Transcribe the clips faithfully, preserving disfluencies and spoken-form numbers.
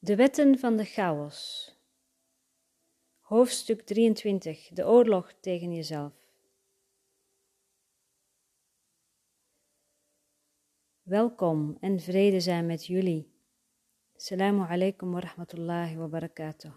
De wetten van de chaos. Hoofdstuk drieëntwintig. De oorlog tegen jezelf. Welkom en vrede zijn met jullie. Assalamu alaikum wa rahmatullahi wa barakatuh.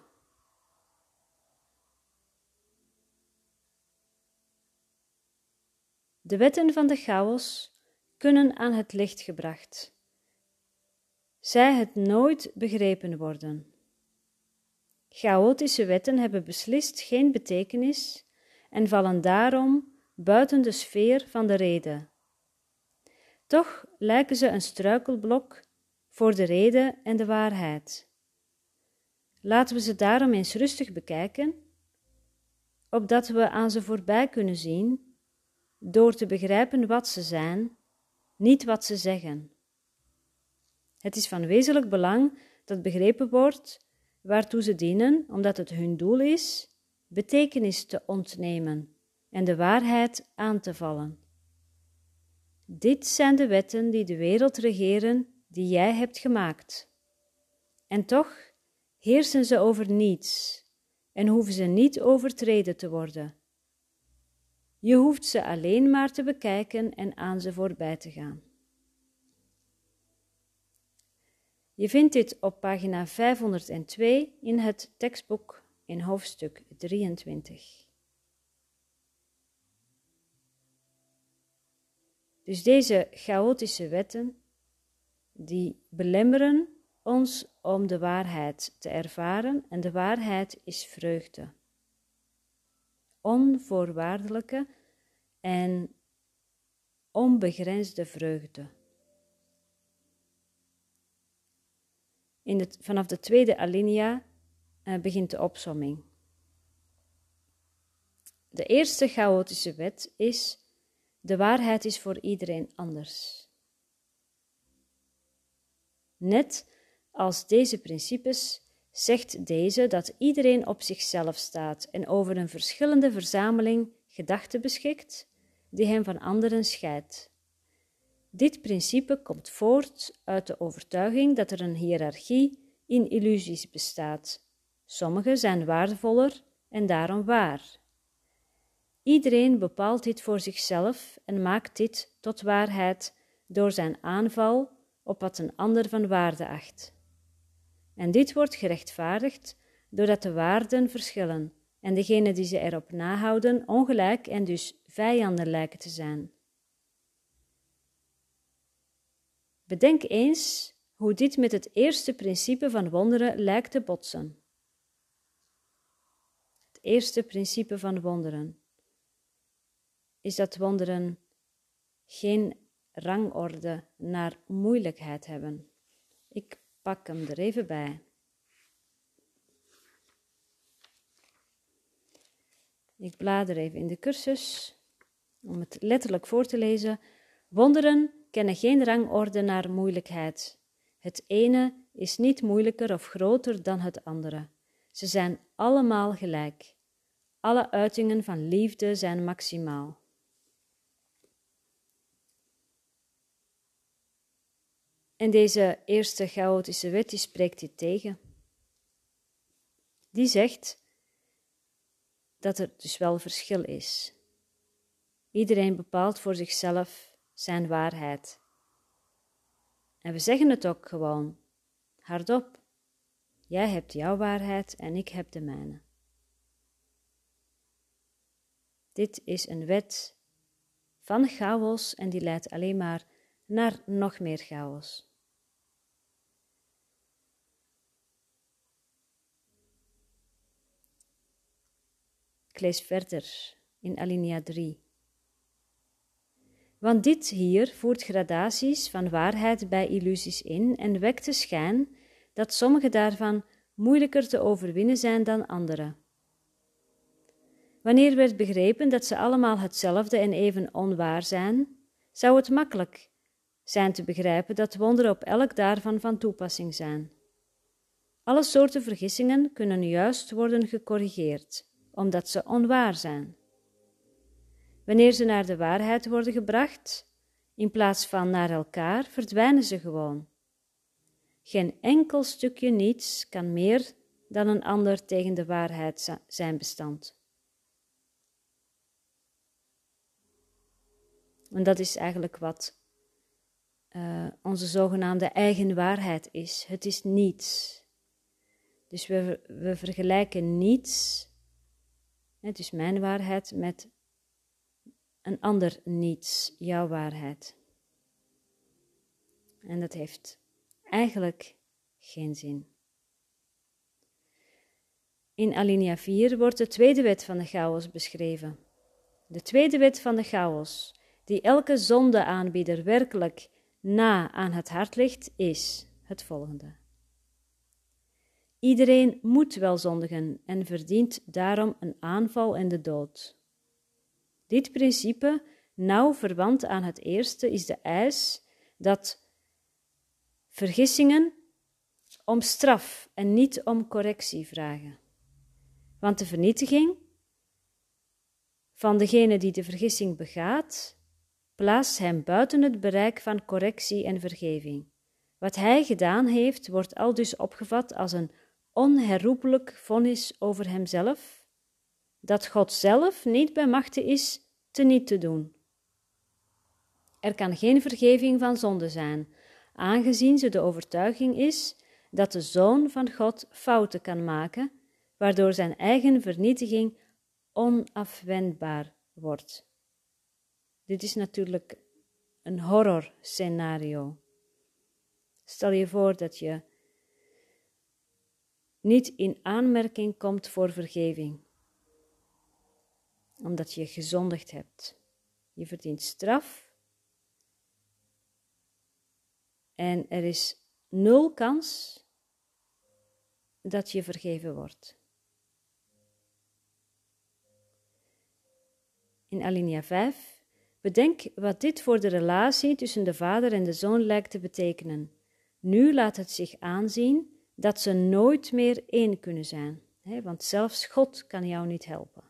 De wetten van de chaos kunnen aan het licht gebracht. Zij het nooit begrepen worden. Chaotische wetten hebben beslist geen betekenis en vallen daarom buiten de sfeer van de rede. Toch lijken ze een struikelblok voor de rede en de waarheid. Laten we ze daarom eens rustig bekijken, opdat we aan ze voorbij kunnen zien, door te begrijpen wat ze zijn, niet wat ze zeggen. Het is van wezenlijk belang dat begrepen wordt waartoe ze dienen, omdat het hun doel is betekenis te ontnemen en de waarheid aan te vallen. Dit zijn de wetten die de wereld regeren, die jij hebt gemaakt. En toch heersen ze over niets en hoeven ze niet overtreden te worden. Je hoeft ze alleen maar te bekijken en aan ze voorbij te gaan. Je vindt dit op pagina vijfhonderdtwee in het tekstboek in hoofdstuk drieëntwintig. Dus deze chaotische wetten, die belemmeren ons om de waarheid te ervaren en de waarheid is vreugde. Onvoorwaardelijke en onbegrensde vreugde. In het, vanaf de tweede alinea uh, begint de opsomming. De eerste chaotische wet is: de waarheid is voor iedereen anders. Net als deze principes zegt deze dat iedereen op zichzelf staat en over een verschillende verzameling gedachten beschikt die hem van anderen scheidt. Dit principe komt voort uit de overtuiging dat er een hiërarchie in illusies bestaat. Sommige zijn waardevoller en daarom waar. Iedereen bepaalt dit voor zichzelf en maakt dit tot waarheid door zijn aanval op wat een ander van waarde acht. En dit wordt gerechtvaardigd doordat de waarden verschillen en degenen die ze erop nahouden ongelijk en dus vijanden lijken te zijn. Bedenk eens hoe dit met het eerste principe van wonderen lijkt te botsen. Het eerste principe van wonderen is dat wonderen geen rangorde naar moeilijkheid hebben. Ik pak hem er even bij. Ik blader even in de cursus om het letterlijk voor te lezen. Wonderen kennen geen rangorde naar moeilijkheid. Het ene is niet moeilijker of groter dan het andere. Ze zijn allemaal gelijk. Alle uitingen van liefde zijn maximaal. En deze eerste chaotische wet die spreekt dit tegen. Die zegt dat er dus wel verschil is. Iedereen bepaalt voor zichzelf zijn waarheid. En we zeggen het ook gewoon, hardop. Jij hebt jouw waarheid en ik heb de mijne. Dit is een wet van chaos en die leidt alleen maar naar nog meer chaos. Ik lees verder in alinea drie. Want dit hier voert gradaties van waarheid bij illusies in en wekt de schijn dat sommige daarvan moeilijker te overwinnen zijn dan andere. Wanneer werd begrepen dat ze allemaal hetzelfde en even onwaar zijn, zou het makkelijk zijn te begrijpen dat wonderen op elk daarvan van toepassing zijn. Alle soorten vergissingen kunnen juist worden gecorrigeerd, omdat ze onwaar zijn. Wanneer ze naar de waarheid worden gebracht, in plaats van naar elkaar, verdwijnen ze gewoon. Geen enkel stukje niets kan meer dan een ander tegen de waarheid zijn bestand. En dat is eigenlijk wat uh, onze zogenaamde eigen waarheid is. Het is niets. Dus we, we vergelijken niets, het is mijn waarheid, met een ander niets, jouw waarheid. En dat heeft eigenlijk geen zin. In alinea vier wordt de tweede wet van de chaos beschreven. De tweede wet van de chaos, die elke zondeaanbieder werkelijk na aan het hart ligt, is het volgende. Iedereen moet wel zondigen en verdient daarom een aanval en de dood. Dit principe, nauw verwant aan het eerste, is de eis dat vergissingen om straf en niet om correctie vragen. Want de vernietiging van degene die de vergissing begaat, plaatst hem buiten het bereik van correctie en vergeving. Wat hij gedaan heeft, wordt aldus opgevat als een onherroepelijk vonnis over hemzelf, dat God zelf niet bij machte is teniet te doen. Er kan geen vergeving van zonde zijn, aangezien ze de overtuiging is dat de Zoon van God fouten kan maken, waardoor zijn eigen vernietiging onafwendbaar wordt. Dit is natuurlijk een horrorscenario. Stel je voor dat je niet in aanmerking komt voor vergeving, omdat je gezondigd hebt. Je verdient straf en er is nul kans dat je vergeven wordt. In alinea vijf, bedenk wat dit voor de relatie tussen de vader en de zoon lijkt te betekenen. Nu laat het zich aanzien dat ze nooit meer één kunnen zijn, hè, want zelfs God kan jou niet helpen.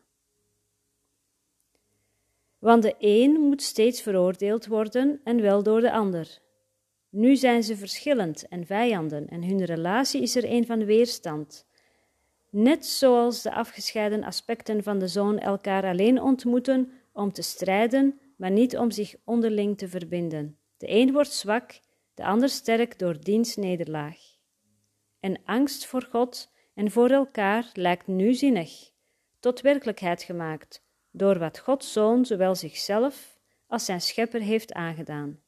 Want de een moet steeds veroordeeld worden en wel door de ander. Nu zijn ze verschillend en vijanden en hun relatie is er een van weerstand. Net zoals de afgescheiden aspecten van de zoon elkaar alleen ontmoeten om te strijden, maar niet om zich onderling te verbinden. De een wordt zwak, de ander sterk door diens nederlaag. En angst voor God en voor elkaar lijkt nu zinnig, tot werkelijkheid gemaakt, door wat Gods Zoon zowel zichzelf als zijn schepper heeft aangedaan.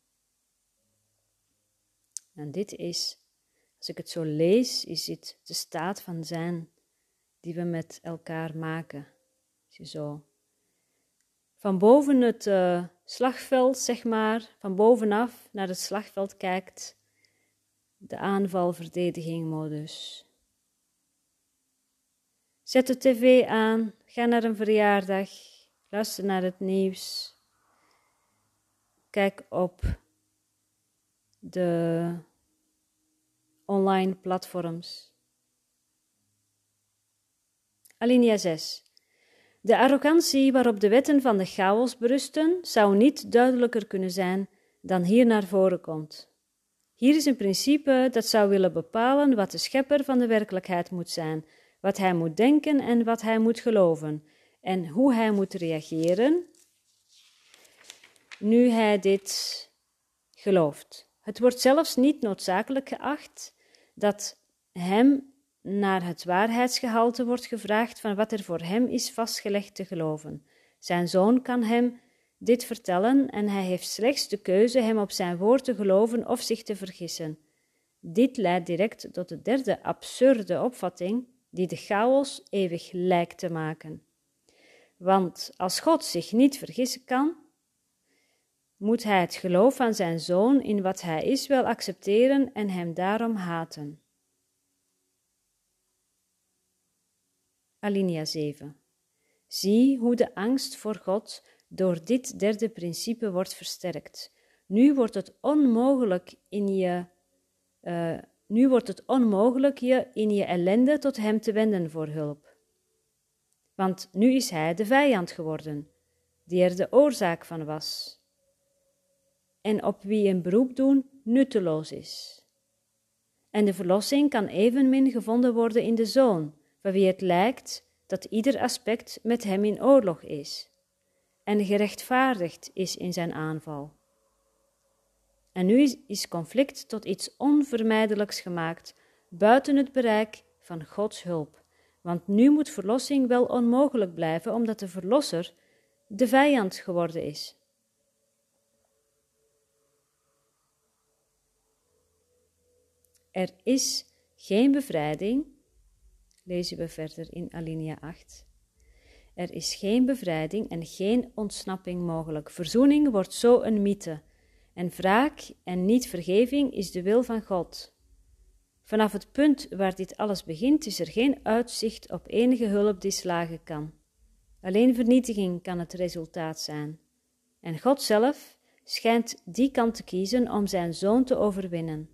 En dit is, als ik het zo lees, is dit de staat van zijn die we met elkaar maken. Als je zo van boven het uh, slagveld, zeg maar, van bovenaf naar het slagveld kijkt, de aanval-verdediging-modus. Zet de tv aan, ga naar een verjaardag, luister naar het nieuws, kijk op de online platforms. Alinea zes. De arrogantie waarop de wetten van de chaos berusten, zou niet duidelijker kunnen zijn dan hier naar voren komt. Hier is een principe dat zou willen bepalen wat de schepper van de werkelijkheid moet zijn, wat hij moet denken en wat hij moet geloven, en hoe hij moet reageren nu hij dit gelooft. Het wordt zelfs niet noodzakelijk geacht dat hem naar het waarheidsgehalte wordt gevraagd van wat er voor hem is vastgelegd te geloven. Zijn zoon kan hem dit vertellen en hij heeft slechts de keuze hem op zijn woord te geloven of zich te vergissen. Dit leidt direct tot de derde absurde opvatting die de chaos eeuwig lijkt te maken. Want als God zich niet vergissen kan, moet hij het geloof van zijn zoon in wat hij is wel accepteren en hem daarom haten. Alinea zeven. Zie hoe de angst voor God door dit derde principe wordt versterkt. Nu wordt het onmogelijk in je, uh, nu wordt het onmogelijk je in je ellende tot hem te wenden voor hulp. Want nu is hij de vijand geworden, die er de oorzaak van was, en op wie een beroep doen nutteloos is. En de verlossing kan evenmin gevonden worden in de Zoon, van wie het lijkt dat ieder aspect met hem in oorlog is en gerechtvaardigd is in zijn aanval. En nu is, is conflict tot iets onvermijdelijks gemaakt, buiten het bereik van Gods hulp. Want nu moet verlossing wel onmogelijk blijven, omdat de verlosser de vijand geworden is. Er is geen bevrijding, lezen we verder in alinea acht. Er is geen bevrijding en geen ontsnapping mogelijk. Verzoening wordt zo een mythe. En wraak en niet-vergeving is de wil van God. Vanaf het punt waar dit alles begint, is er geen uitzicht op enige hulp die slagen kan. Alleen vernietiging kan het resultaat zijn. En God zelf schijnt die kant te kiezen om zijn zoon te overwinnen.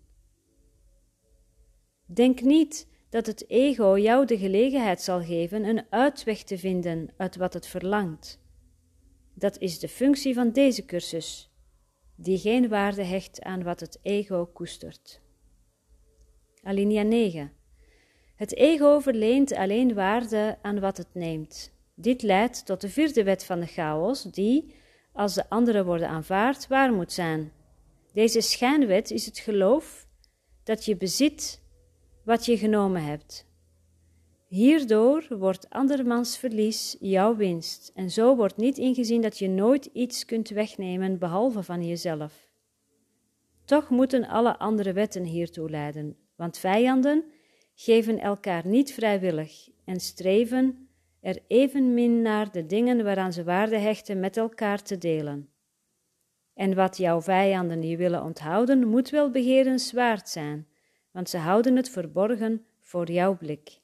Denk niet dat het ego jou de gelegenheid zal geven een uitweg te vinden uit wat het verlangt. Dat is de functie van deze cursus, die geen waarde hecht aan wat het ego koestert. Alinea negen. Het ego verleent alleen waarde aan wat het neemt. Dit leidt tot de vierde wet van de chaos, die, als de andere worden aanvaard, waar moet zijn. Deze schijnwet is het geloof dat je bezit wat je genomen hebt. Hierdoor wordt andermans verlies jouw winst, en zo wordt niet ingezien dat je nooit iets kunt wegnemen behalve van jezelf. Toch moeten alle andere wetten hiertoe leiden, want vijanden geven elkaar niet vrijwillig en streven er evenmin naar de dingen waaraan ze waarde hechten met elkaar te delen. En wat jouw vijanden je willen onthouden, moet wel begerenswaard zijn, want ze houden het verborgen voor jouw blik.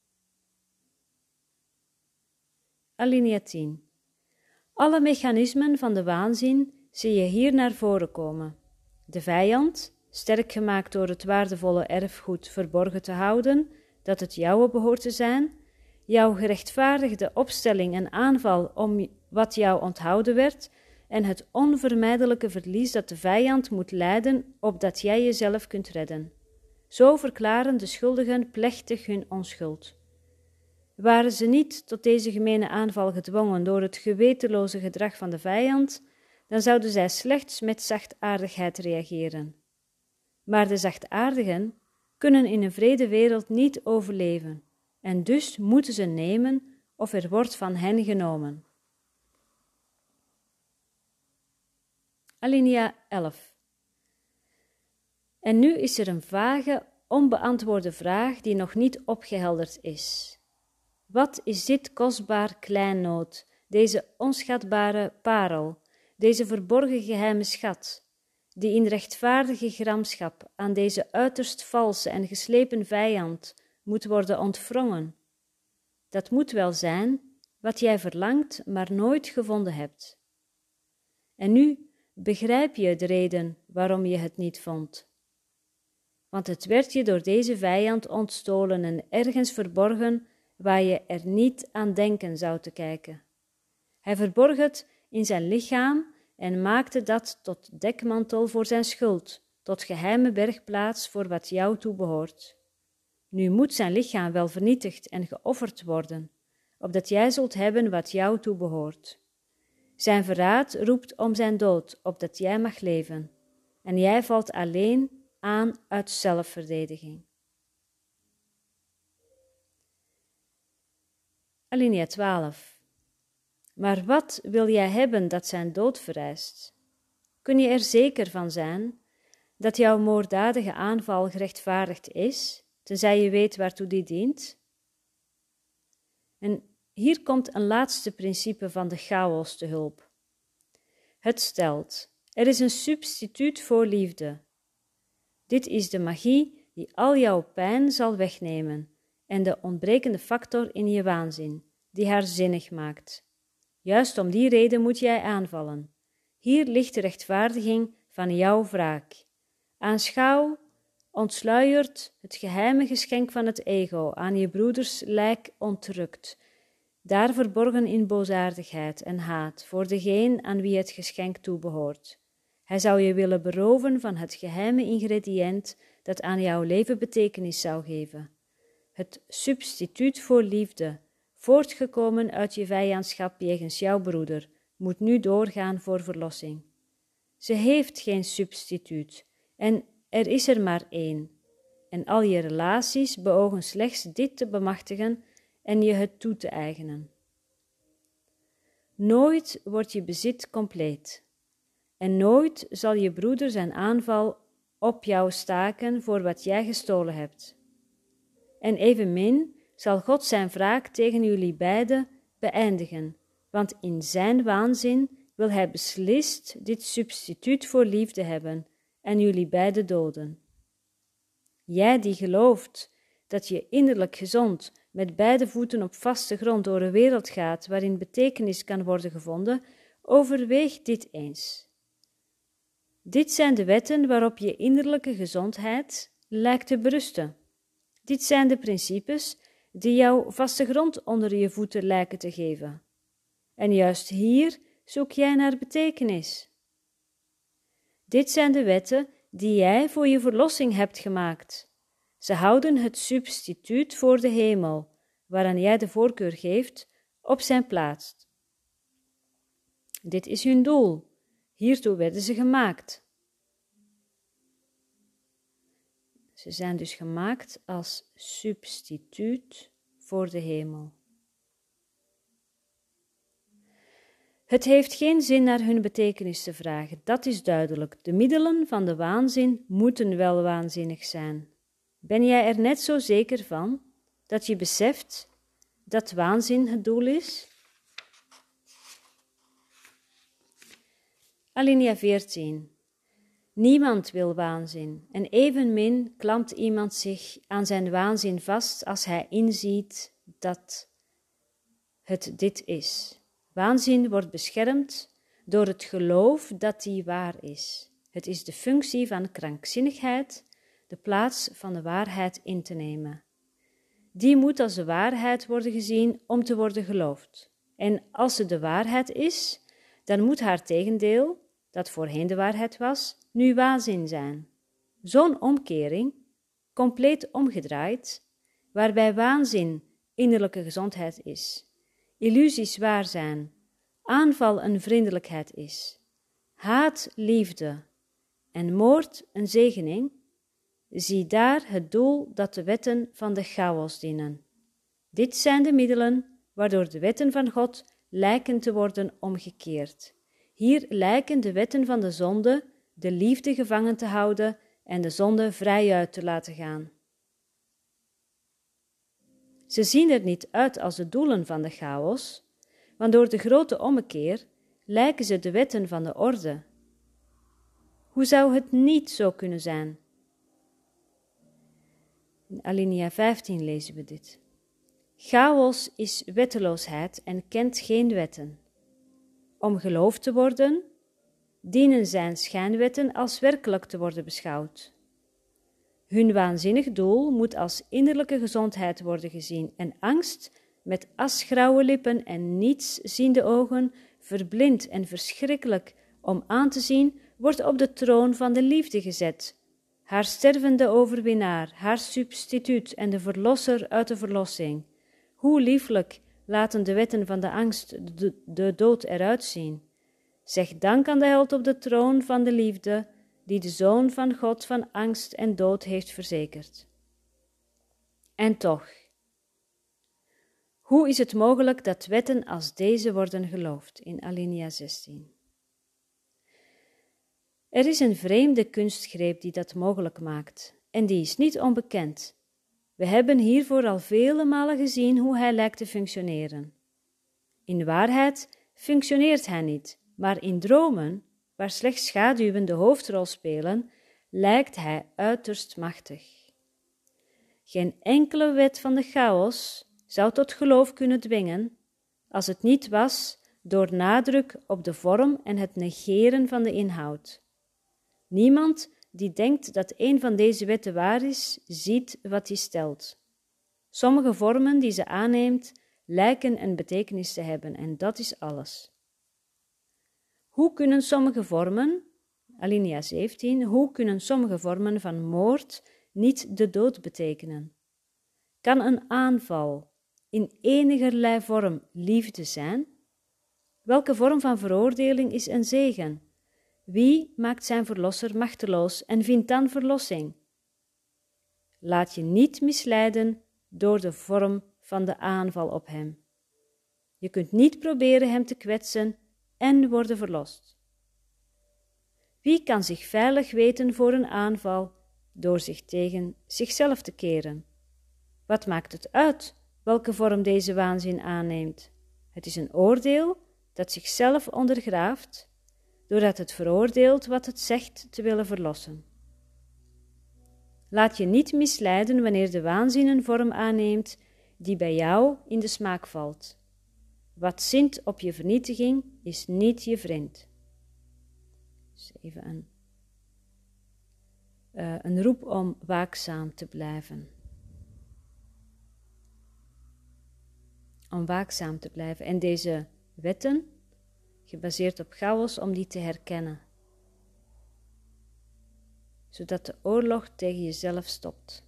Alinea tien. Alle mechanismen van de waanzin zie je hier naar voren komen. De vijand, sterk gemaakt door het waardevolle erfgoed verborgen te houden, dat het jouwe behoort te zijn, jouw gerechtvaardigde opstelling en aanval om wat jou onthouden werd, en het onvermijdelijke verlies dat de vijand moet lijden, opdat jij jezelf kunt redden. Zo verklaren de schuldigen plechtig hun onschuld. Waren ze niet tot deze gemene aanval gedwongen door het gewetenloze gedrag van de vijand, dan zouden zij slechts met zachtaardigheid reageren. Maar de zachtaardigen kunnen in een vrede wereld niet overleven, en dus moeten ze nemen of er wordt van hen genomen. Alinea elf. En nu is er een vage, onbeantwoorde vraag die nog niet opgehelderd is. Wat is dit kostbaar kleinood, deze onschatbare parel, deze verborgen geheime schat, die in rechtvaardige gramschap aan deze uiterst valse en geslepen vijand moet worden ontwrongen? Dat moet wel zijn wat jij verlangt, maar nooit gevonden hebt. En nu begrijp je de reden waarom je het niet vond. Want het werd je door deze vijand ontstolen en ergens verborgen waar je er niet aan denken zou te kijken. Hij verborg het in zijn lichaam en maakte dat tot dekmantel voor zijn schuld, tot geheime bergplaats voor wat jou toebehoort. Nu moet zijn lichaam wel vernietigd en geofferd worden, opdat jij zult hebben wat jou toebehoort. Zijn verraad roept om zijn dood, opdat jij mag leven, en jij valt alleen aan uit zelfverdediging. Alinea twaalf. Maar wat wil jij hebben dat zijn dood vereist? Kun je er zeker van zijn dat jouw moorddadige aanval gerechtvaardigd is, tenzij je weet waartoe die dient? En hier komt een laatste principe van de chaos te hulp. Het stelt, er is een substituut voor liefde. Dit is de magie die al jouw pijn zal wegnemen en de ontbrekende factor in je waanzin, die haar zinnig maakt. Juist om die reden moet jij aanvallen. Hier ligt de rechtvaardiging van jouw wraak. Aanschouw, ontsluierd het geheime geschenk van het ego, aan je broeders lijk ontrukt, daar verborgen in boosaardigheid en haat voor degeen aan wie het geschenk toebehoort. Hij zou je willen beroven van het geheime ingrediënt dat aan jouw leven betekenis zou geven. Het substituut voor liefde, voortgekomen uit je vijandschap jegens jouw broeder, moet nu doorgaan voor verlossing. Ze heeft geen substituut en er is er maar één. En al je relaties beogen slechts dit te bemachtigen en je het toe te eigenen. Nooit wordt je bezit compleet. En nooit zal je broeder zijn aanval op jou staken voor wat jij gestolen hebt. En evenmin zal God zijn wraak tegen jullie beiden beëindigen, want in zijn waanzin wil hij beslist dit substituut voor liefde hebben en jullie beiden doden. Jij die gelooft dat je innerlijk gezond met beide voeten op vaste grond door een wereld gaat waarin betekenis kan worden gevonden, overweeg dit eens. Dit zijn de wetten waarop je innerlijke gezondheid lijkt te berusten. Dit zijn de principes die jou vaste grond onder je voeten lijken te geven. En juist hier zoek jij naar betekenis. Dit zijn de wetten die jij voor je verlossing hebt gemaakt. Ze houden het substituut voor de hemel, waaraan jij de voorkeur geeft, op zijn plaats. Dit is hun doel. Hiertoe werden ze gemaakt. Ze zijn dus gemaakt als substituut voor de hemel. Het heeft geen zin naar hun betekenis te vragen, dat is duidelijk. De middelen van de waanzin moeten wel waanzinnig zijn. Ben jij er net zo zeker van dat je beseft dat waanzin het doel is? Alinea veertien. Niemand wil waanzin en evenmin klampt iemand zich aan zijn waanzin vast als hij inziet dat het dit is. Waanzin wordt beschermd door het geloof dat die waar is. Het is de functie van krankzinnigheid de plaats van de waarheid in te nemen. Die moet als de waarheid worden gezien om te worden geloofd. En als het de waarheid is, dan moet haar tegendeel, dat voorheen de waarheid was, nu waanzin zijn. Zo'n omkering, compleet omgedraaid, waarbij waanzin innerlijke gezondheid is, illusies waar zijn, aanval een vriendelijkheid is, haat liefde en moord een zegening, zie daar het doel dat de wetten van de chaos dienen. Dit zijn de middelen waardoor de wetten van God lijken te worden omgekeerd. Hier lijken de wetten van de zonde de liefde gevangen te houden en de zonde vrijuit te laten gaan. Ze zien er niet uit als de doelen van de chaos, want door de grote ommekeer lijken ze de wetten van de orde. Hoe zou het niet zo kunnen zijn? In alinea vijftien lezen we dit. Chaos is wetteloosheid en kent geen wetten. Om geloofd te worden, dienen zijn schijnwetten als werkelijk te worden beschouwd. Hun waanzinnig doel moet als innerlijke gezondheid worden gezien en angst met asgrauwe lippen en nietsziende ogen, verblind en verschrikkelijk om aan te zien, wordt op de troon van de liefde gezet, haar stervende overwinnaar, haar substituut en de verlosser uit de verlossing. Hoe lieflijk laten de wetten van de angst de, de dood eruit zien. Zeg dank aan de held op de troon van de liefde, die de Zoon van God van angst en dood heeft verzekerd. En toch, hoe is het mogelijk dat wetten als deze worden geloofd? In alinea zestien. Er is een vreemde kunstgreep die dat mogelijk maakt, en die is niet onbekend. We hebben hiervoor al vele malen gezien hoe hij lijkt te functioneren. In waarheid functioneert hij niet, maar in dromen, waar slechts schaduwen de hoofdrol spelen, lijkt hij uiterst machtig. Geen enkele wet van de chaos zou tot geloof kunnen dwingen, als het niet was door nadruk op de vorm en het negeren van de inhoud. Niemand die denkt dat een van deze wetten waar is, ziet wat hij stelt. Sommige vormen die ze aanneemt, lijken een betekenis te hebben en dat is alles. Hoe kunnen sommige vormen, Alinea zeventien. Hoe kunnen sommige vormen van moord niet de dood betekenen? Kan een aanval in enigerlei vorm liefde zijn? Welke vorm van veroordeling is een zegen? Wie maakt zijn verlosser machteloos en vindt dan verlossing? Laat je niet misleiden door de vorm van de aanval op hem. Je kunt niet proberen hem te kwetsen en worden verlost. Wie kan zich veilig weten voor een aanval door zich tegen zichzelf te keren? Wat maakt het uit welke vorm deze waanzin aanneemt? Het is een oordeel dat zichzelf ondergraaft, doordat het veroordeelt wat het zegt te willen verlossen. Laat je niet misleiden wanneer de waanzin een vorm aanneemt die bij jou in de smaak valt. Wat zint op je vernietiging is niet je vriend. Dus even een, uh, een roep om waakzaam te blijven. Om waakzaam te blijven en deze wetten, gebaseerd op chaos, om die te herkennen. Zodat de oorlog tegen jezelf stopt.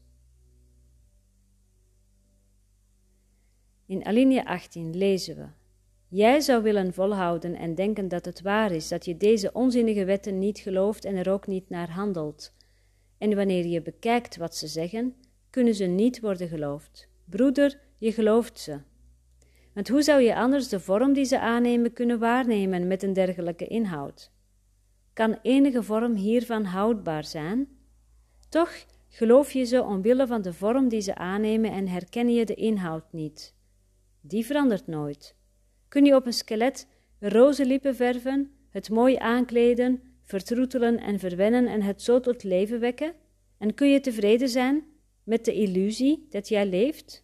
In alinea achttien lezen we: jij zou willen volhouden en denken dat het waar is, dat je deze onzinnige wetten niet gelooft en er ook niet naar handelt. En wanneer je bekijkt wat ze zeggen, kunnen ze niet worden geloofd. Broeder, je gelooft ze. Want hoe zou je anders de vorm die ze aannemen kunnen waarnemen met een dergelijke inhoud? Kan enige vorm hiervan houdbaar zijn? Toch geloof je ze omwille van de vorm die ze aannemen en herken je de inhoud niet. Die verandert nooit. Kun je op een skelet roze lippen verven, het mooi aankleden, vertroetelen en verwennen en het zo tot leven wekken? En kun je tevreden zijn met de illusie dat jij leeft?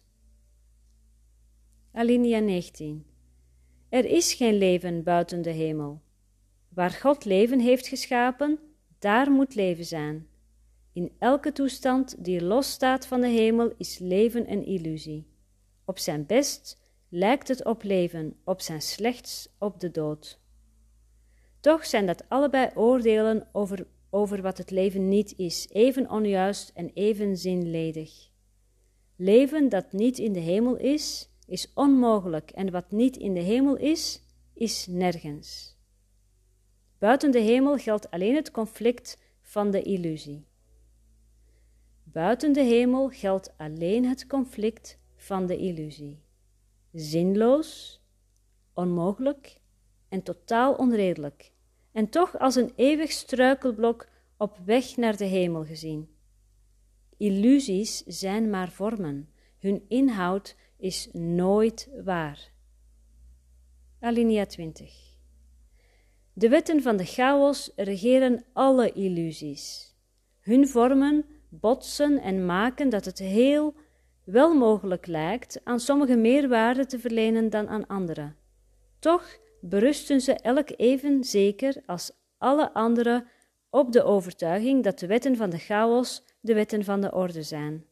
Alinea negentien. Er is geen leven buiten de hemel. Waar God leven heeft geschapen, daar moet leven zijn. In elke toestand die losstaat van de hemel is leven een illusie. Op zijn best lijkt het op leven, op zijn slechtst op de dood. Toch zijn dat allebei oordelen over, over wat het leven niet is, even onjuist en even zinledig. Leven dat niet in de hemel is, is onmogelijk en wat niet in de hemel is, is nergens. Buiten de hemel geldt alleen het conflict van de illusie. Buiten de hemel geldt alleen het conflict van de illusie. Zinloos, onmogelijk en totaal onredelijk, en toch als een eeuwig struikelblok op weg naar de hemel gezien. Illusies zijn maar vormen, hun inhoud is nooit waar. Alinea twintig. De wetten van de chaos regeren alle illusies. Hun vormen botsen en maken dat het heel wel mogelijk lijkt aan sommige meer waarde te verlenen dan aan andere. Toch berusten ze elk even zeker als alle andere op de overtuiging dat de wetten van de chaos de wetten van de orde zijn.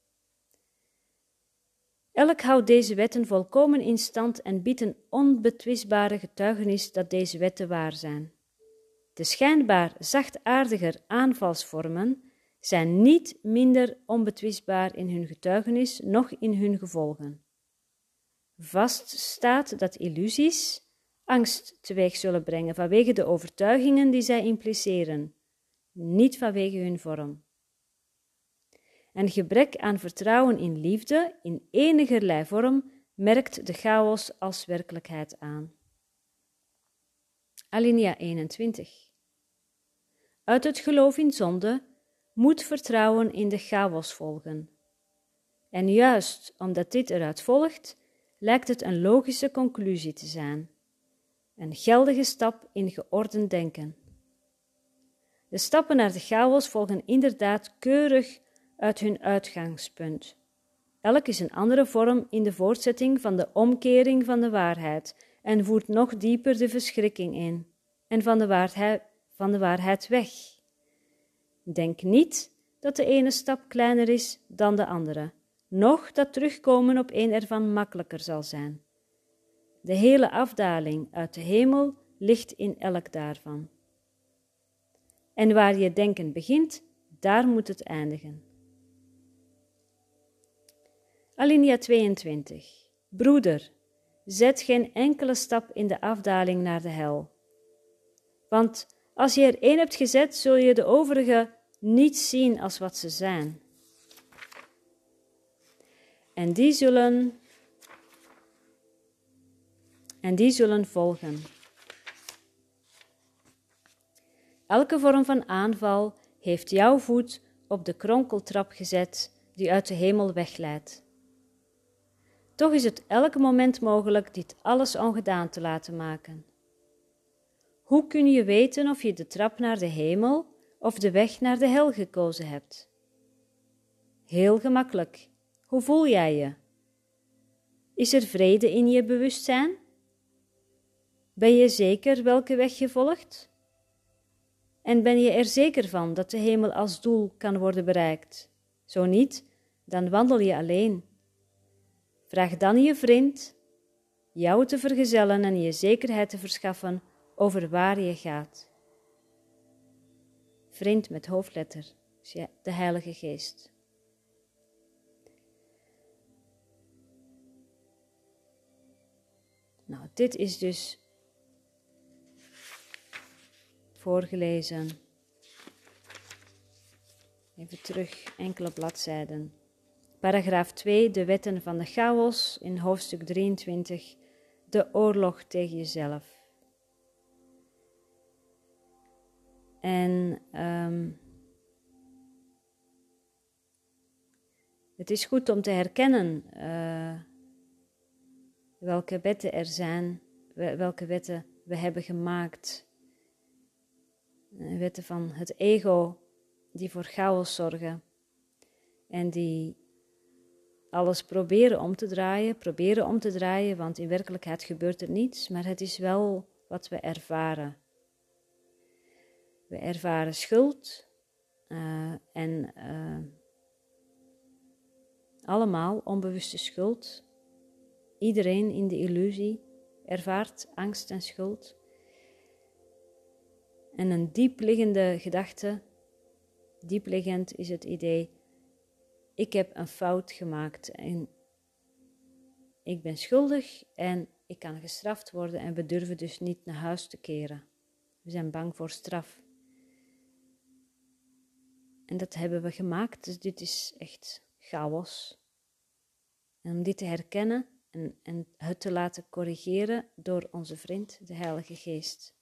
Elk houdt deze wetten volkomen in stand en biedt een onbetwistbare getuigenis dat deze wetten waar zijn. De schijnbaar zachtaardiger aanvalsvormen zijn niet minder onbetwistbaar in hun getuigenis, noch in hun gevolgen. Vast staat dat illusies angst teweeg zullen brengen vanwege de overtuigingen die zij impliceren, niet vanwege hun vorm. En gebrek aan vertrouwen in liefde, in enigerlei vorm, merkt de chaos als werkelijkheid aan. Alinea eenentwintig. Uit het geloof in zonde moet vertrouwen in de chaos volgen. En juist omdat dit eruit volgt, lijkt het een logische conclusie te zijn. Een geldige stap in geordend denken. De stappen naar de chaos volgen inderdaad keurig uit hun uitgangspunt. Elk is een andere vorm in de voortzetting van de omkering van de waarheid en voert nog dieper de verschrikking in en van de waarheid, van de waarheid weg. Denk niet dat de ene stap kleiner is dan de andere, noch dat terugkomen op een ervan makkelijker zal zijn. De hele afdaling uit de hemel ligt in elk daarvan. En waar je denken begint, daar moet het eindigen. Alinea tweeëntwintig. Broeder, zet geen enkele stap in de afdaling naar de hel. Want als je er één hebt gezet, zul je de overige niet zien als wat ze zijn. En die zullen, en die zullen volgen. Elke vorm van aanval heeft jouw voet op de kronkeltrap gezet die uit de hemel wegleidt. Toch is het elk moment mogelijk dit alles ongedaan te laten maken. Hoe kun je weten of je de trap naar de hemel of de weg naar de hel gekozen hebt? Heel gemakkelijk. Hoe voel jij je? Is er vrede in je bewustzijn? Ben je zeker welke weg je volgt? En ben je er zeker van dat de hemel als doel kan worden bereikt? Zo niet, dan wandel je alleen. Vraag dan je vriend jou te vergezellen en je zekerheid te verschaffen over waar je gaat. Vriend met hoofdletter, de Heilige Geest. Nou, dit is dus voorgelezen. Even terug, enkele bladzijden. Paragraaf twee, de wetten van de chaos, in hoofdstuk drieëntwintig, de oorlog tegen jezelf. En um, het is goed om te herkennen uh, welke wetten er zijn, welke wetten we hebben gemaakt. Wetten van het ego die voor chaos zorgen en die alles proberen om te draaien, proberen om te draaien, want in werkelijkheid gebeurt er niets, maar het is wel wat we ervaren. We ervaren schuld uh, en uh, allemaal onbewuste schuld. Iedereen in de illusie ervaart angst en schuld. En een diepliggende gedachte, diepliggend is het idee, ik heb een fout gemaakt en ik ben schuldig en ik kan gestraft worden en we durven dus niet naar huis te keren. We zijn bang voor straf. En dat hebben we gemaakt, dus dit is echt chaos. En om dit te herkennen en, en het te laten corrigeren door onze vriend, de Heilige Geest.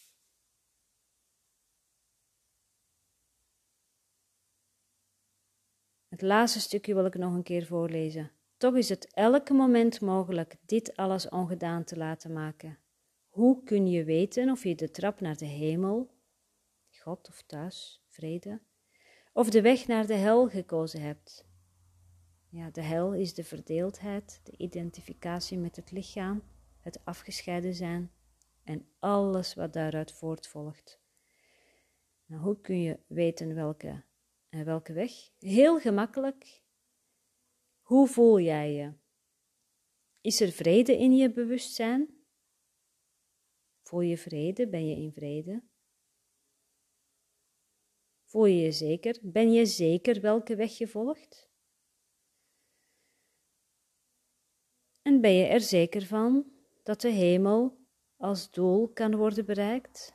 Het laatste stukje wil ik nog een keer voorlezen. Toch is het elk moment mogelijk dit alles ongedaan te laten maken. Hoe kun je weten of je de trap naar de hemel, God of thuis, vrede, of de weg naar de hel gekozen hebt? Ja, de hel is de verdeeldheid, de identificatie met het lichaam, het afgescheiden zijn en alles wat daaruit voortvolgt. Nou, hoe kun je weten welke, uh, welke weg? Heel gemakkelijk. Hoe voel jij je? Is er vrede in je bewustzijn? Voel je vrede? Ben je in vrede? Voel je je zeker? Ben je zeker welke weg je volgt? En ben je er zeker van dat de hemel als doel kan worden bereikt?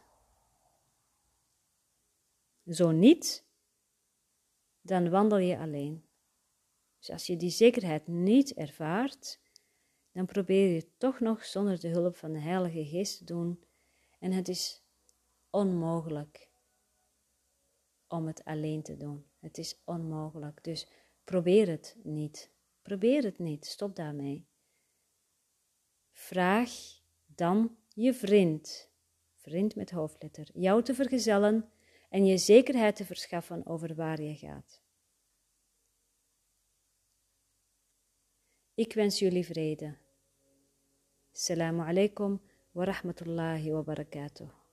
Zo niet, dan wandel je alleen. Dus als je die zekerheid niet ervaart, dan probeer je het toch nog zonder de hulp van de Heilige Geest te doen. En het is onmogelijk om het alleen te doen. Het is onmogelijk. Dus probeer het niet. Probeer het niet. Stop daarmee. Vraag dan je vriend, vriend met hoofdletter, jou te vergezellen en je zekerheid te verschaffen over waar je gaat. Ik wens jullie vrede. Assalamu alaikum wa rahmatullahi wa barakatuh.